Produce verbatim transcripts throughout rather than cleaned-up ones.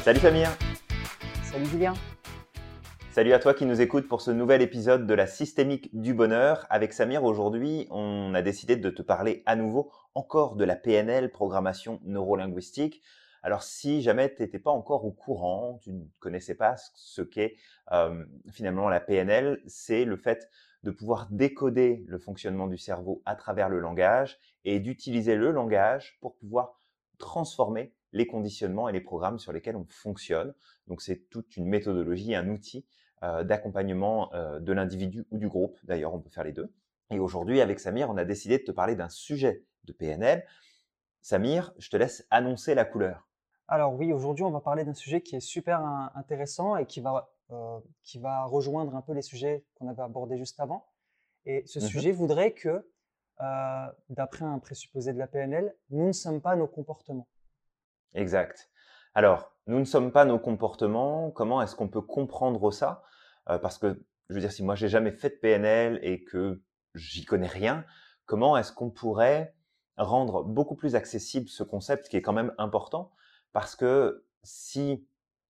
Salut Samir. Salut Julien. Salut à toi qui nous écoutes pour ce nouvel épisode de la systémique du bonheur. Avec Samir, aujourd'hui, on a décidé de te parler à nouveau encore de la P N L, programmation neurolinguistique. Alors si jamais tu n'étais pas encore au courant, tu ne connaissais pas ce qu'est euh, finalement la P N L, c'est le fait de pouvoir décoder le fonctionnement du cerveau à travers le langage et d'utiliser le langage pour pouvoir transformer les conditionnements et les programmes sur lesquels on fonctionne. Donc c'est toute une méthodologie, un outil euh, d'accompagnement euh, de l'individu ou du groupe. D'ailleurs, on peut faire les deux. Et aujourd'hui, avec Samir, on a décidé de te parler d'un sujet de P N L. Samir, je te laisse annoncer la couleur. Alors oui, aujourd'hui, on va parler d'un sujet qui est super in- intéressant et qui va, euh, qui va rejoindre un peu les sujets qu'on avait abordés juste avant. Et ce Mhm. sujet voudrait que, euh, d'après un présupposé de la P N L, nous ne sommes pas nos comportements. Exact. Alors, nous ne sommes pas nos comportements. Comment est-ce qu'on peut comprendre ça? Euh, Parce que, je veux dire, si moi j'ai jamais fait de P N L et que j'y connais rien, comment est-ce qu'on pourrait rendre beaucoup plus accessible ce concept qui est quand même important? Parce que si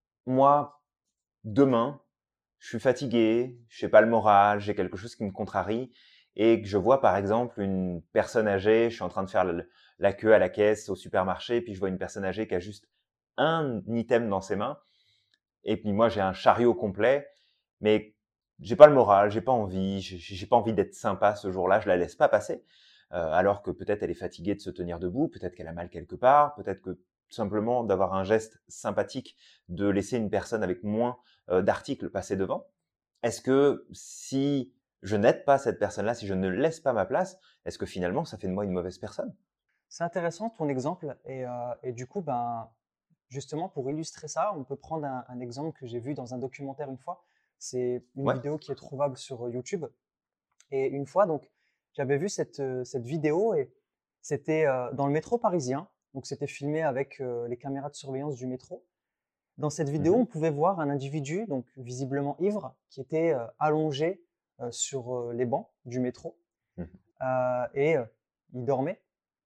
moi, demain, je suis fatigué, je n'ai pas le moral, j'ai quelque chose qui me contrarie et que je vois par exemple une personne âgée, je suis en train de faire le- la queue à la caisse au supermarché, puis je vois une personne âgée qui a juste un item dans ses mains et puis moi j'ai un chariot complet, mais j'ai pas le moral, j'ai pas envie, j'ai j'ai pas envie d'être sympa ce jour-là, je la laisse pas passer, euh, alors que peut-être elle est fatiguée de se tenir debout, peut-être qu'elle a mal quelque part, peut-être que simplement d'avoir un geste sympathique, de laisser une personne avec moins euh, d'articles passer devant. Est-ce que si je n'aide pas cette personne-là, si je ne laisse pas ma place, est-ce que finalement ça fait de moi une mauvaise personne? C'est intéressant ton exemple. Et, euh, et du coup, ben, justement, pour illustrer ça, on peut prendre un, un exemple que j'ai vu dans un documentaire une fois. C'est une Ouais. vidéo qui est trouvable sur YouTube. Et une fois, donc, j'avais vu cette, euh, cette vidéo et c'était euh, dans le métro parisien. Donc, c'était filmé avec euh, les caméras de surveillance du métro. Dans cette vidéo, Mhm. on pouvait voir un individu, donc visiblement ivre, qui était euh, allongé euh, sur euh, les bancs du métro Mhm. euh, et euh, il dormait.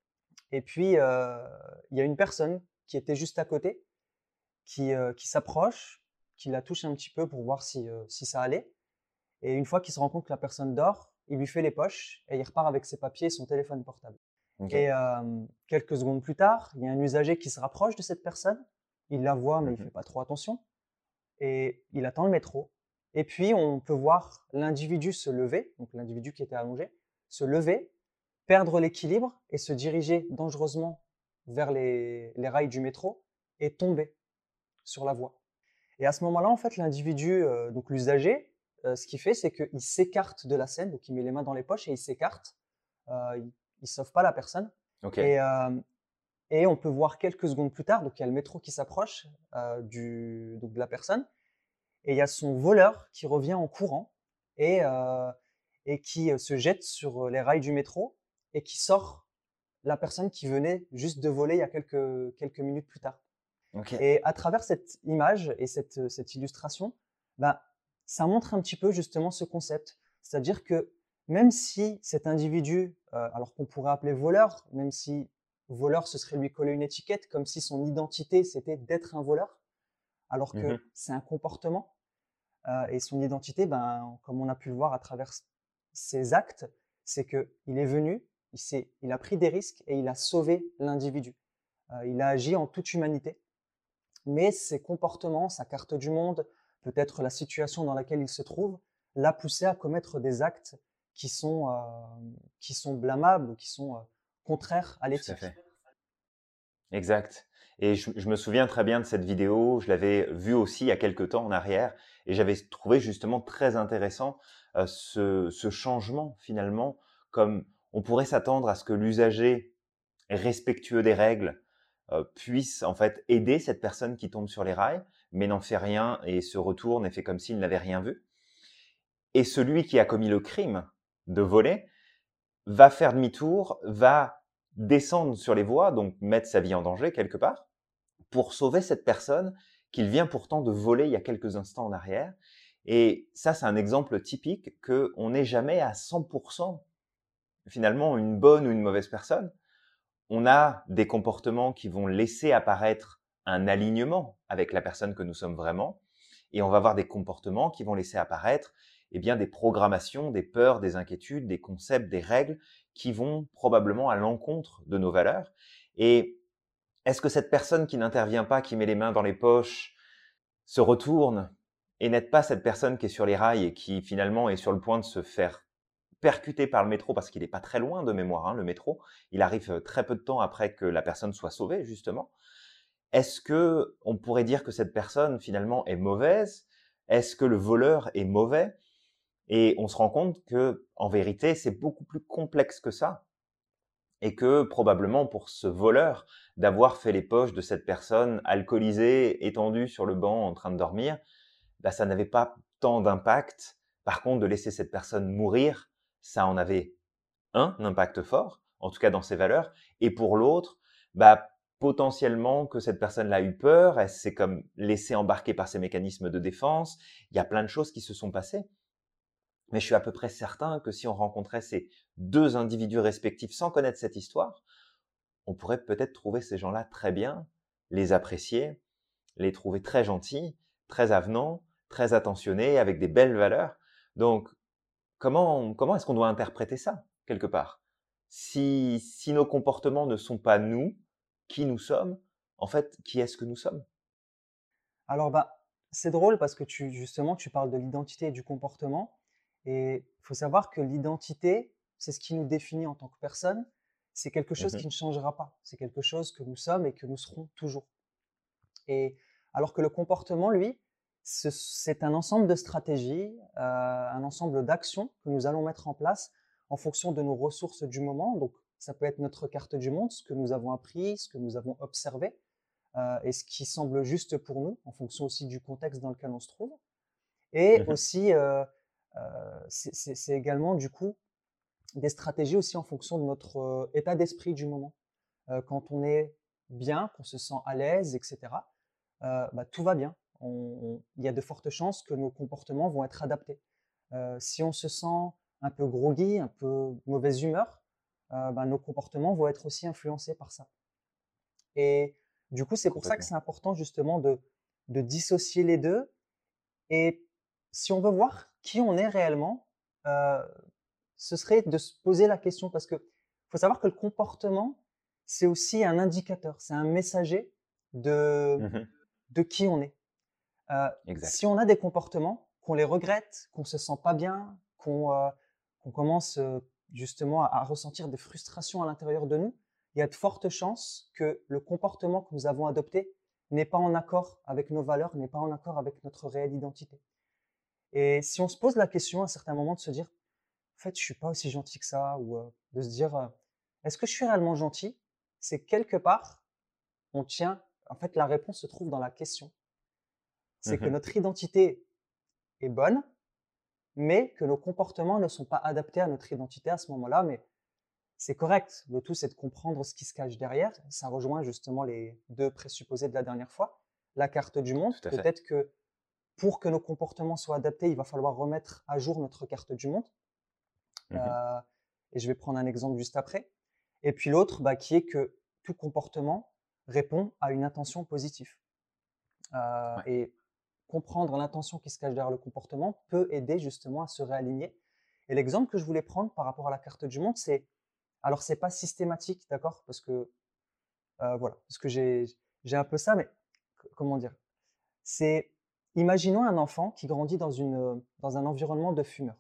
Et puis, euh, il y a une personne qui était juste à côté, qui, euh, qui s'approche, qui la touche un petit peu pour voir si, euh, si ça allait. Et une fois qu'il se rend compte que la personne dort, il lui fait les poches et il repart avec ses papiers et son téléphone portable. Ok. Et euh, quelques secondes plus tard, il y a un usager qui se rapproche de cette personne. Il la voit, mais il ne Mhm. fait pas trop attention. Et il attend le métro. Et puis, on peut voir l'individu se lever, donc l'individu qui était allongé, se lever, perdre l'équilibre et se diriger dangereusement vers les, les rails du métro et tomber sur la voie. Et à ce moment-là, en fait, l'individu, euh, donc l'usager, euh, ce qu'il fait, c'est qu'il s'écarte de la scène, donc il met les mains dans les poches et il s'écarte. Euh, il ne sauve pas la personne. Ok. Et, euh, et on peut voir quelques secondes plus tard, donc il y a le métro qui s'approche euh, du, donc de la personne, et il y a son voleur qui revient en courant et, euh, et qui euh, se jette sur les rails du métro et qui sort la personne qui venait juste de voler il y a quelques, quelques minutes plus tard. Ok. Et à travers cette image et cette, cette illustration, ben, ça montre un petit peu justement ce concept. C'est-à-dire que même si cet individu, euh, alors qu'on pourrait appeler voleur, même si voleur, ce serait lui coller une étiquette, comme si son identité, c'était d'être un voleur, alors que Mhm. c'est un comportement, euh, et son identité, ben, comme on a pu le voir à travers ses actes, c'est qu'il est venu, il, s'est- il a pris des risques et il a sauvé l'individu. Euh, il a agi en toute humanité, mais ses comportements, sa carte du monde, peut-être la situation dans laquelle il se trouve, l'a poussé à commettre des actes qui sont, euh, qui sont blâmables ou qui sont euh, contraires à Tout à l'éthique. fait. Exact. Et je, je me souviens très bien de cette vidéo. Je l'avais vue aussi il y a quelques temps en arrière et j'avais trouvé justement très intéressant euh, ce, ce changement finalement, comme on pourrait s'attendre à ce que l'usager respectueux des règles euh, puisse en fait aider cette personne qui tombe sur les rails, mais n'en fait rien et se retourne et fait comme s'il n'avait rien vu. Et celui qui a commis le crime de voler va faire demi-tour, va descendre sur les voies, donc mettre sa vie en danger quelque part, pour sauver cette personne qu'il vient pourtant de voler il y a quelques instants en arrière. Et ça, c'est un exemple typique qu'on n'est jamais à cent pour cent finalement une bonne ou une mauvaise personne. On a des comportements qui vont laisser apparaître un alignement avec la personne que nous sommes vraiment, et on va avoir des comportements qui vont laisser apparaître eh bien, des programmations, des peurs, des inquiétudes, des concepts, des règles qui vont probablement à l'encontre de nos valeurs. Et est-ce que cette personne qui n'intervient pas, qui met les mains dans les poches, se retourne et n'aide pas cette personne qui est sur les rails et qui finalement est sur le point de se faire percuter par le métro parce qu'il n'est pas très loin de mémoire, hein, le métro. Il arrive euh, très peu de temps après que la personne soit sauvée, justement. Est-ce que on pourrait dire que cette personne finalement est mauvaise? Est-ce que le voleur est mauvais? Et on se rend compte que, en vérité, c'est beaucoup plus complexe que ça. Et que probablement pour ce voleur, d'avoir fait les poches de cette personne alcoolisée, étendue sur le banc en train de dormir, bah, ça n'avait pas tant d'impact. Par contre, de laisser cette personne mourir, ça en avait un impact fort, en tout cas dans ses valeurs. Et pour l'autre, bah, potentiellement que cette personne-là a eu peur, elle s'est comme laissée embarquer par ses mécanismes de défense. Il y a plein de choses qui se sont passées. Mais je suis à peu près certain que si on rencontrait ces deux individus respectifs sans connaître cette histoire, on pourrait peut-être trouver ces gens-là très bien, les apprécier, les trouver très gentils, très avenants, très attentionnés, avec des belles valeurs. Donc, comment, comment est-ce qu'on doit interpréter ça, quelque part? Si, si nos comportements ne sont pas nous, qui nous sommes, en fait, qui est-ce que nous sommes? Alors, bah, c'est drôle parce que tu, justement, tu parles de l'identité et du comportement. Et il faut savoir que l'identité, c'est ce qui nous définit en tant que personne. C'est quelque chose qui Mhm, ne changera pas. C'est quelque chose que nous sommes et que nous serons toujours. Et alors que le comportement, lui, ce- c'est un ensemble de stratégies, euh, un ensemble d'actions que nous allons mettre en place en fonction de nos ressources du moment. Donc, ça peut être notre carte du monde, ce que nous avons appris, ce que nous avons observé, euh, et ce qui semble juste pour nous, en fonction aussi du contexte dans lequel on se trouve. Et mhm, aussi, euh, euh, c'est c'est- c'est également du coup des stratégies aussi en fonction de notre euh, état d'esprit du moment. Euh, quand on est bien, qu'on se sent à l'aise, et cetera, euh, bah, tout va bien. On- on- Il y a de fortes chances que nos comportements vont être adaptés. Euh, si on se sent un peu groggy, un peu mauvaise humeur, euh, bah, nos comportements vont être aussi influencés par ça. Et du coup, c'est pour ça que complètement. c'est important justement de, de dissocier les deux. Et si on veut voir qui on est réellement, euh, ce serait de se poser la question parce que faut savoir que le comportement, c'est aussi un indicateur, c'est un messager de, Mhm, de qui on est. Euh, si exact. on a des comportements, qu'on les regrette, qu'on se sent pas bien, qu'on euh, qu'on commence euh, justement à, à ressentir des frustrations à l'intérieur de nous, il y a de fortes chances que le comportement que nous avons adopté n'est pas en accord avec nos valeurs, n'est pas en accord avec notre réelle identité. Et si on se pose la question à un certain moment de se dire, en fait, je suis pas aussi gentil que ça, ou euh, de se dire, euh, est-ce que je suis réellement gentil? C'est quelque part, on tient, en fait, la réponse se trouve dans la question. C'est que Mhm, notre identité est bonne, mais que nos comportements ne sont pas adaptés à notre identité à ce moment-là. Mais c'est correct. Le tout, c'est de comprendre ce qui se cache derrière. Ça rejoint justement les deux présupposés de la dernière fois. La carte du monde, tout à fait. peut-être que pour que nos comportements soient adaptés, il va falloir remettre à jour notre carte du monde. Mhm, Euh, et je vais prendre un exemple juste après. Et puis l'autre, bah, qui est que tout comportement répond à une intention positive. Euh, ouais. et comprendre l'intention qui se cache derrière le comportement peut aider justement à se réaligner. Et l'exemple que je voulais prendre par rapport à la carte du monde, c'est, alors c'est pas systématique, d'accord, parce que euh, voilà, parce que j'ai j'ai un peu ça, mais comment dire, c'est, imaginons un enfant qui grandit dans une dans un environnement de fumeurs.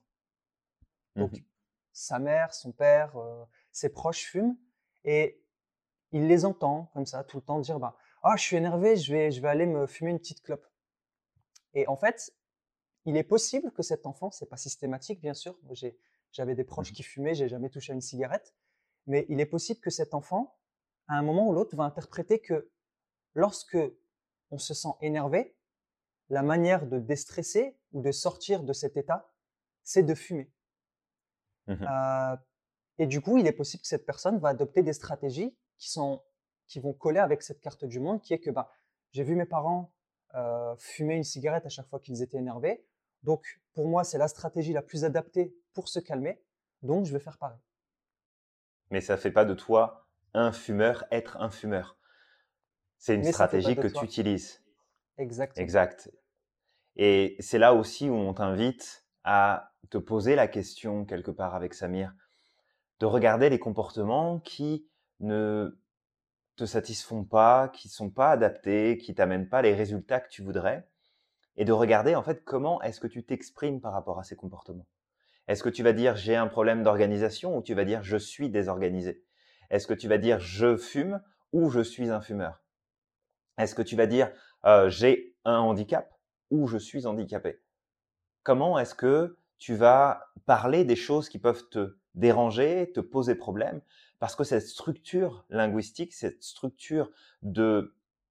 Donc Mhm, sa mère, son père, euh, ses proches fument et il les entend comme ça tout le temps dire bah ah je suis énervé, je vais je vais aller me fumer une petite clope. Et en fait, il est possible que cet enfant, c'est pas systématique bien sûr, moi j'ai j'avais des proches mhm, qui fumaient, j'ai jamais touché à une cigarette, mais il est possible que cet enfant, à un moment ou l'autre, va interpréter que lorsque on se sent énervé, la manière de déstresser ou de sortir de cet état, c'est de fumer. mhm. Euh, et du coup, il est possible que cette personne va adopter des stratégies qui sont qui vont coller avec cette carte du monde, qui est que bah, j'ai vu mes parents euh, fumer une cigarette à chaque fois qu'ils étaient énervés. Donc, pour moi, c'est la stratégie la plus adaptée pour se calmer. Donc, je vais faire pareil. Mais ça fait pas de toi un fumeur, être un fumeur. C'est une mais ça fait pas stratégie de que tu toi utilises. exactement. Exact. Et c'est là aussi où on t'invite à te poser la question quelque part avec Samir, de regarder les comportements qui ne te satisfont pas, qui sont pas adaptés, qui t'amènent pas les résultats que tu voudrais, et de regarder en fait comment est-ce que tu t'exprimes par rapport à ces comportements. Est-ce que tu vas dire j'ai un problème d'organisation ou tu vas dire je suis désorganisé? Est-ce que tu vas dire je fume ou je suis un fumeur? Est-ce que tu vas dire euh, j'ai un handicap ou je suis handicapé? Comment est-ce que tu vas parler des choses qui peuvent te déranger, te poser problème? Parce que cette structure linguistique, cette structure de,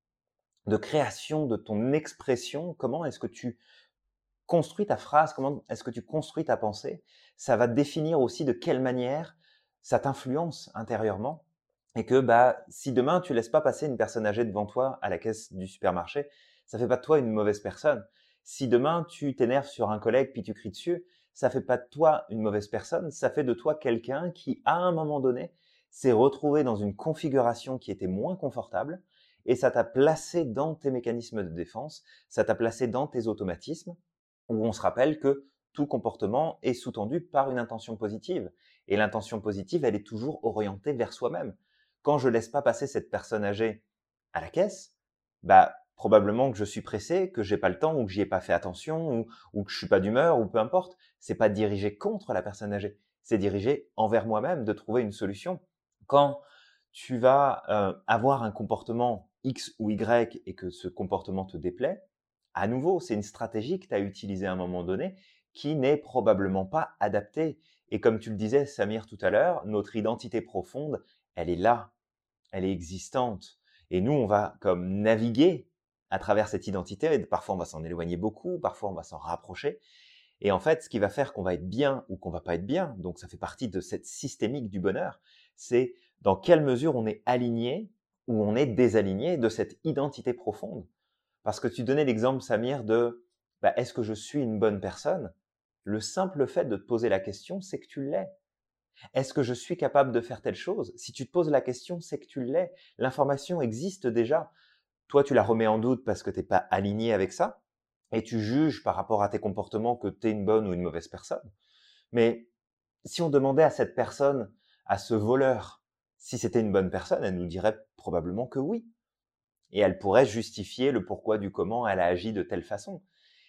de création de ton expression, comment est-ce que tu construis ta phrase, comment est-ce que tu construis ta pensée, ça va définir aussi de quelle manière ça t'influence intérieurement. Et que bah, si demain tu laisses pas passer une personne âgée devant toi à la caisse du supermarché, ça fait pas de toi une mauvaise personne. Si demain tu t'énerves sur un collègue puis tu cries dessus, ça fait pas de toi une mauvaise personne, ça fait de toi quelqu'un qui, à un moment donné, s'est retrouvé dans une configuration qui était moins confortable et ça t'a placé dans tes mécanismes de défense, ça t'a placé dans tes automatismes où on se rappelle que tout comportement est sous-tendu par une intention positive. Et l'intention positive, elle est toujours orientée vers soi-même. Quand je laisse pas passer cette personne âgée à la caisse, bah, probablement que je suis pressé, que j'ai pas le temps ou que j'y ai pas fait attention ou, ou que je suis pas d'humeur ou peu importe. C'est pas dirigé contre la personne âgée. C'est dirigé envers moi-même de trouver une solution. Quand tu vas euh, avoir un comportement X ou Y et que ce comportement te déplaît, à nouveau, c'est une stratégie que tu as utilisée à un moment donné qui n'est probablement pas adaptée. Et comme tu le disais, Samir, tout à l'heure, notre identité profonde, elle est là, elle est existante. Et nous, on va comme naviguer à travers cette identité. Et parfois, on va s'en éloigner beaucoup, parfois, on va s'en rapprocher. Et en fait, ce qui va faire qu'on va être bien ou qu'on va pas être bien, donc ça fait partie de cette systémique du bonheur, c'est dans quelle mesure on est aligné ou on est désaligné de cette identité profonde. Parce que tu donnais l'exemple, Samir, de bah, est-ce que je suis une bonne personne? Le simple fait de te poser la question, c'est que tu l'es. Est-ce que je suis capable de faire telle chose? Si tu te poses la question, c'est que tu l'es. L'information existe déjà. Toi, tu la remets en doute parce que tu n'es pas aligné avec ça et tu juges par rapport à tes comportements que tu es une bonne ou une mauvaise personne. Mais si on demandait à cette personne, à ce voleur, si c'était une bonne personne, elle nous dirait probablement que oui. Et elle pourrait justifier le pourquoi du comment elle a agi de telle façon.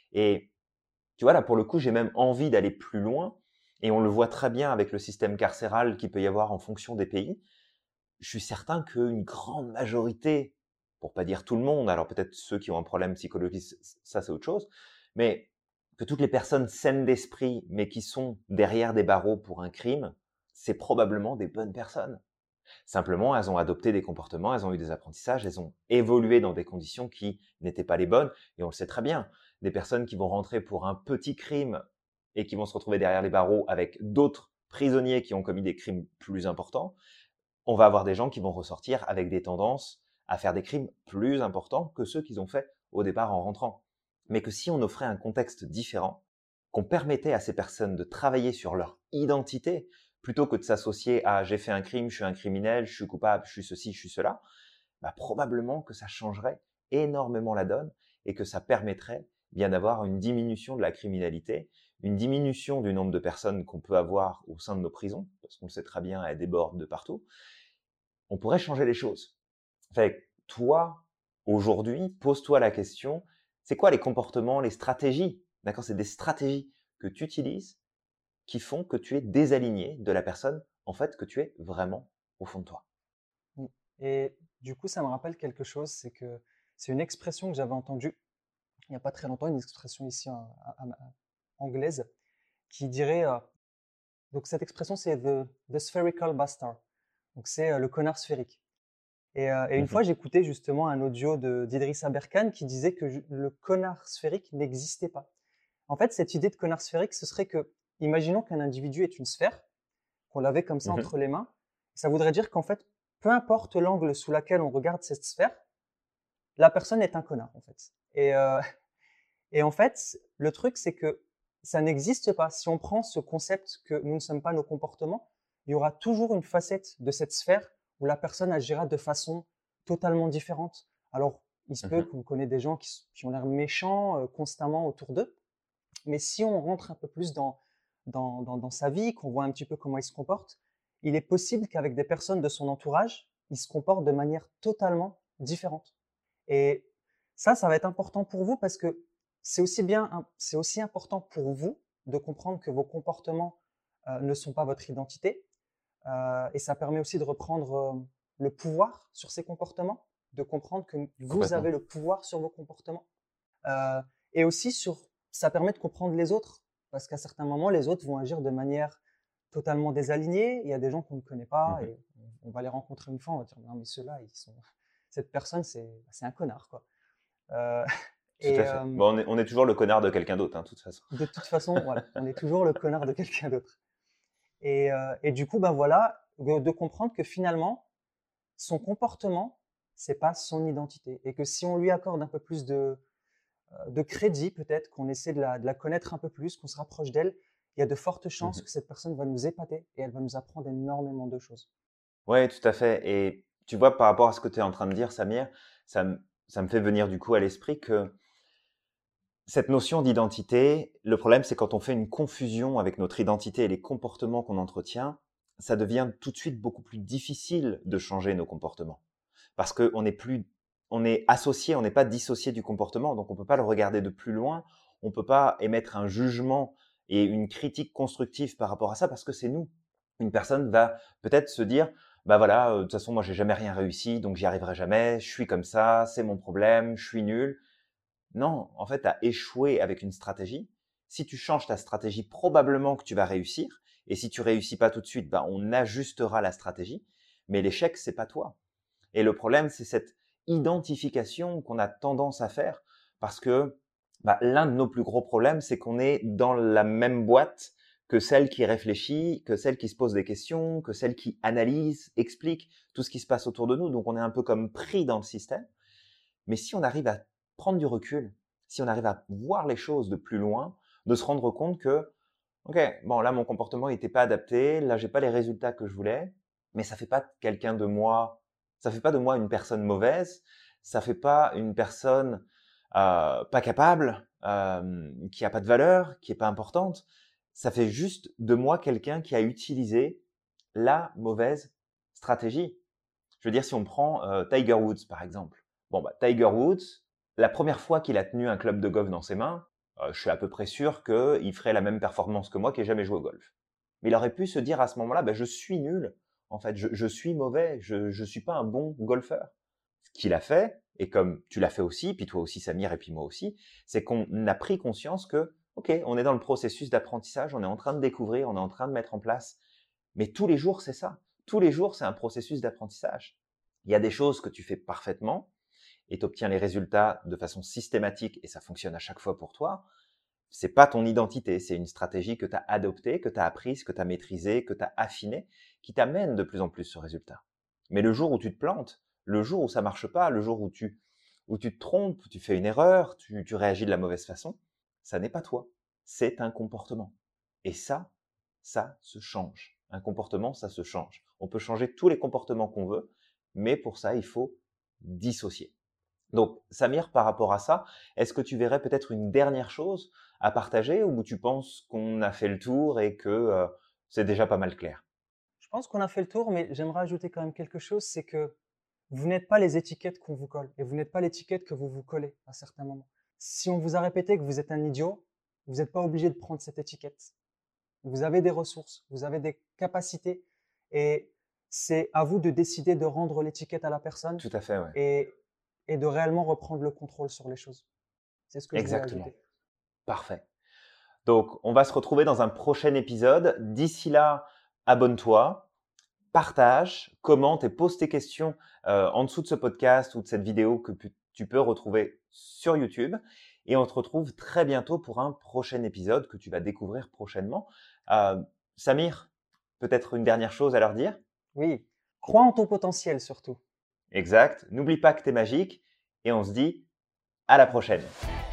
Et tu vois, là, pour le coup, j'ai même envie d'aller plus loin. Et on le voit très bien avec le système carcéral qu'il peut y avoir en fonction des pays. Je suis certain qu'une grande majorité, pour pas dire tout le monde, alors peut-être ceux qui ont un problème psychologique, ça c'est autre chose, mais que toutes les personnes saines d'esprit, mais qui sont derrière des barreaux pour un crime, c'est probablement des bonnes personnes. Simplement, elles ont adopté des comportements, elles ont eu des apprentissages, elles ont évolué dans des conditions qui n'étaient pas les bonnes. Et on le sait très bien, des personnes qui vont rentrer pour un petit crime et qui vont se retrouver derrière les barreaux avec d'autres prisonniers qui ont commis des crimes plus importants, on va avoir des gens qui vont ressortir avec des tendances à faire des crimes plus importants que ceux qu'ils ont fait au départ en rentrant. Mais que si on offrait un contexte différent, qu'on permettait à ces personnes de travailler sur leur identité, plutôt que de s'associer à j'ai fait un crime, je suis un criminel, je suis coupable, je suis ceci, je suis cela, bah probablement que ça changerait énormément la donne et que ça permettrait bien d'avoir une diminution de la criminalité, une diminution du nombre de personnes qu'on peut avoir au sein de nos prisons, parce qu'on le sait très bien, elles débordent de partout. On pourrait changer les choses. Fait toi, aujourd'hui, pose-toi la question, c'est quoi les comportements, les stratégies, d'accord? C'est des stratégies que tu utilises qui font que tu es désaligné de la personne, en fait, que tu es vraiment au fond de toi. Mmh. Et du coup, ça me rappelle quelque chose, c'est que c'est une expression que j'avais entendue il n'y a pas très longtemps, une expression ici en- à- à- à- anglaise, qui dirait, euh, donc cette expression c'est the, the spherical bastard, donc c'est euh, le connard sphérique. Et, euh, et une fois, Mmh. j'écoutais justement un audio de d'Idriss Aberkan qui disait que ju- le connard sphérique n'existait pas. En fait, cette idée de connard sphérique, ce serait que, imaginons qu'un individu est une sphère, qu'on l'avait comme ça Mmh. entre les mains, ça voudrait dire qu'en fait, peu importe l'angle sous lequel on regarde cette sphère, la personne est un connard, en fait. Et, euh, et en fait, le truc, c'est que ça n'existe pas. Si on prend ce concept que nous ne sommes pas nos comportements, il y aura toujours une facette de cette sphère où la personne agira de façon totalement différente, Alors, il se peut Mmh. qu'on connaît des gens qui, s- qui ont l'air méchants euh, constamment autour d'eux, mais si on rentre un peu plus dans, dans, dans, dans sa vie, qu'on voit un petit peu comment il se comporte, il est possible qu'avec des personnes de son entourage, il se comporte de manière totalement différente. Et ça, ça va être important pour vous parce que c'est aussi bien, im- c'est aussi important pour vous de comprendre que vos comportements euh, ne sont pas votre identité. Euh, et ça permet aussi de reprendre euh, le pouvoir sur ces comportements, de comprendre que vous Complètement. avez le pouvoir sur vos comportements. Euh, et aussi sur, ça permet de comprendre les autres parce qu'à certains moments, les autres vont agir de manière totalement désalignée. Il y a des gens qu'on ne connaît pas Mmh. et on va les rencontrer une fois, on va dire non mais ceux-là, ils sont, cette personne, c'est, c'est un connard quoi. Euh, Tout et à fait. euh, Bon, on est on est toujours le connard de quelqu'un d'autre, hein, de toute façon. de toute façon, voilà, on est toujours le connard de quelqu'un d'autre. Et, euh, et du coup, ben voilà, de, de comprendre que finalement, son comportement, c'est pas son identité. Et que si on lui accorde un peu plus de, euh, de crédit, peut-être, qu'on essaie de la, de la connaître un peu plus, qu'on se rapproche d'elle, il y a de fortes chances Mmh. que cette personne va nous épater et elle va nous apprendre énormément de choses. Ouais, tout à fait. Et tu vois, par rapport à ce que tu es en train de dire, Samir, ça me, ça me fait venir du coup à l'esprit que cette notion d'identité, le problème, c'est quand on fait une confusion avec notre identité et les comportements qu'on entretient, ça devient tout de suite beaucoup plus difficile de changer nos comportements. Parce qu'on est plus, on est associé, on n'est pas dissocié du comportement, donc on peut pas le regarder de plus loin, on peut pas émettre un jugement et une critique constructive par rapport à ça parce que c'est nous. Une personne va peut-être se dire, bah voilà, euh, de toute façon, moi, j'ai jamais rien réussi, donc j'y arriverai jamais, je suis comme ça, c'est mon problème, je suis nul. Non, en fait, tu as échoué avec une stratégie. Si tu changes ta stratégie, probablement que tu vas réussir. Et si tu réussis pas tout de suite, bah, on ajustera la stratégie. Mais l'échec, c'est pas toi. Et le problème, c'est cette identification qu'on a tendance à faire parce que bah, l'un de nos plus gros problèmes, c'est qu'on est dans la même boîte que celle qui réfléchit, que celle qui se pose des questions, que celle qui analyse, explique tout ce qui se passe autour de nous. Donc, on est un peu comme pris dans le système. Mais si on arrive à prendre du recul, si on arrive à voir les choses de plus loin, de se rendre compte que, ok, bon là mon comportement n'était pas adapté, là j'ai pas les résultats que je voulais, mais ça fait pas quelqu'un de moi, ça fait pas de moi une personne mauvaise, ça fait pas une personne euh, pas capable, euh, qui a pas de valeur, qui est pas importante. Ça fait juste de moi quelqu'un qui a utilisé la mauvaise stratégie. Je veux dire, si on prend euh, Tiger Woods, par exemple. Bon, bah, Tiger Woods, la première fois qu'il a tenu un club de golf dans ses mains, euh, je suis à peu près sûr qu'il ferait la même performance que moi qui n'ai jamais joué au golf. Mais il aurait pu se dire à ce moment-là, bah, je suis nul. En fait, je, je suis mauvais. Je ne suis pas un bon golfeur. Ce qu'il a fait, et comme tu l'as fait aussi, puis toi aussi Samir, et puis moi aussi, c'est qu'on a pris conscience que, ok, on est dans le processus d'apprentissage, on est en train de découvrir, on est en train de mettre en place. Mais tous les jours, c'est ça. Tous les jours, c'est un processus d'apprentissage. Il y a des choses que tu fais parfaitement et tu obtiens les résultats de façon systématique et ça fonctionne à chaque fois pour toi. C'est pas ton identité, c'est une stratégie que tu as adoptée, que tu as apprise, que tu as maîtrisée, que tu as affinée, qui t'amène de plus en plus ce résultat. Mais le jour où tu te plantes, le jour où ça marche pas, le jour où tu, où tu te trompes, tu fais une erreur, tu, tu réagis de la mauvaise façon, ça n'est pas toi. C'est un comportement. Et ça, ça se change. Un comportement, ça se change. On peut changer tous les comportements qu'on veut, mais pour ça, il faut dissocier. Donc, Samir, par rapport à ça, est-ce que tu verrais peut-être une dernière chose à partager ou tu penses qu'on a fait le tour et que euh, c'est déjà pas mal clair? Je pense qu'on a fait le tour, mais j'aimerais ajouter quand même quelque chose, c'est que vous n'êtes pas les étiquettes qu'on vous colle et vous n'êtes pas l'étiquette que vous vous collez à certains moments. Si on vous a répété que vous êtes un idiot, vous n'êtes pas obligé de prendre cette étiquette. Vous avez des ressources, vous avez des capacités et c'est à vous de décider de rendre l'étiquette à la personne Tout à fait, ouais. et, et de réellement reprendre le contrôle sur les choses. C'est ce que je voulais Exactement. ajouter. Parfait. Donc, on va se retrouver dans un prochain épisode. D'ici là, abonne-toi, partage, commente et pose tes questions euh, en dessous de ce podcast ou de cette vidéo que pu- tu peux retrouver sur YouTube. Et on te retrouve très bientôt pour un prochain épisode que tu vas découvrir prochainement. Euh, Samir, peut-être une dernière chose à leur dire? Oui, crois en ton potentiel surtout. Exact. N'oublie pas que tu es magique et on se dit à la prochaine.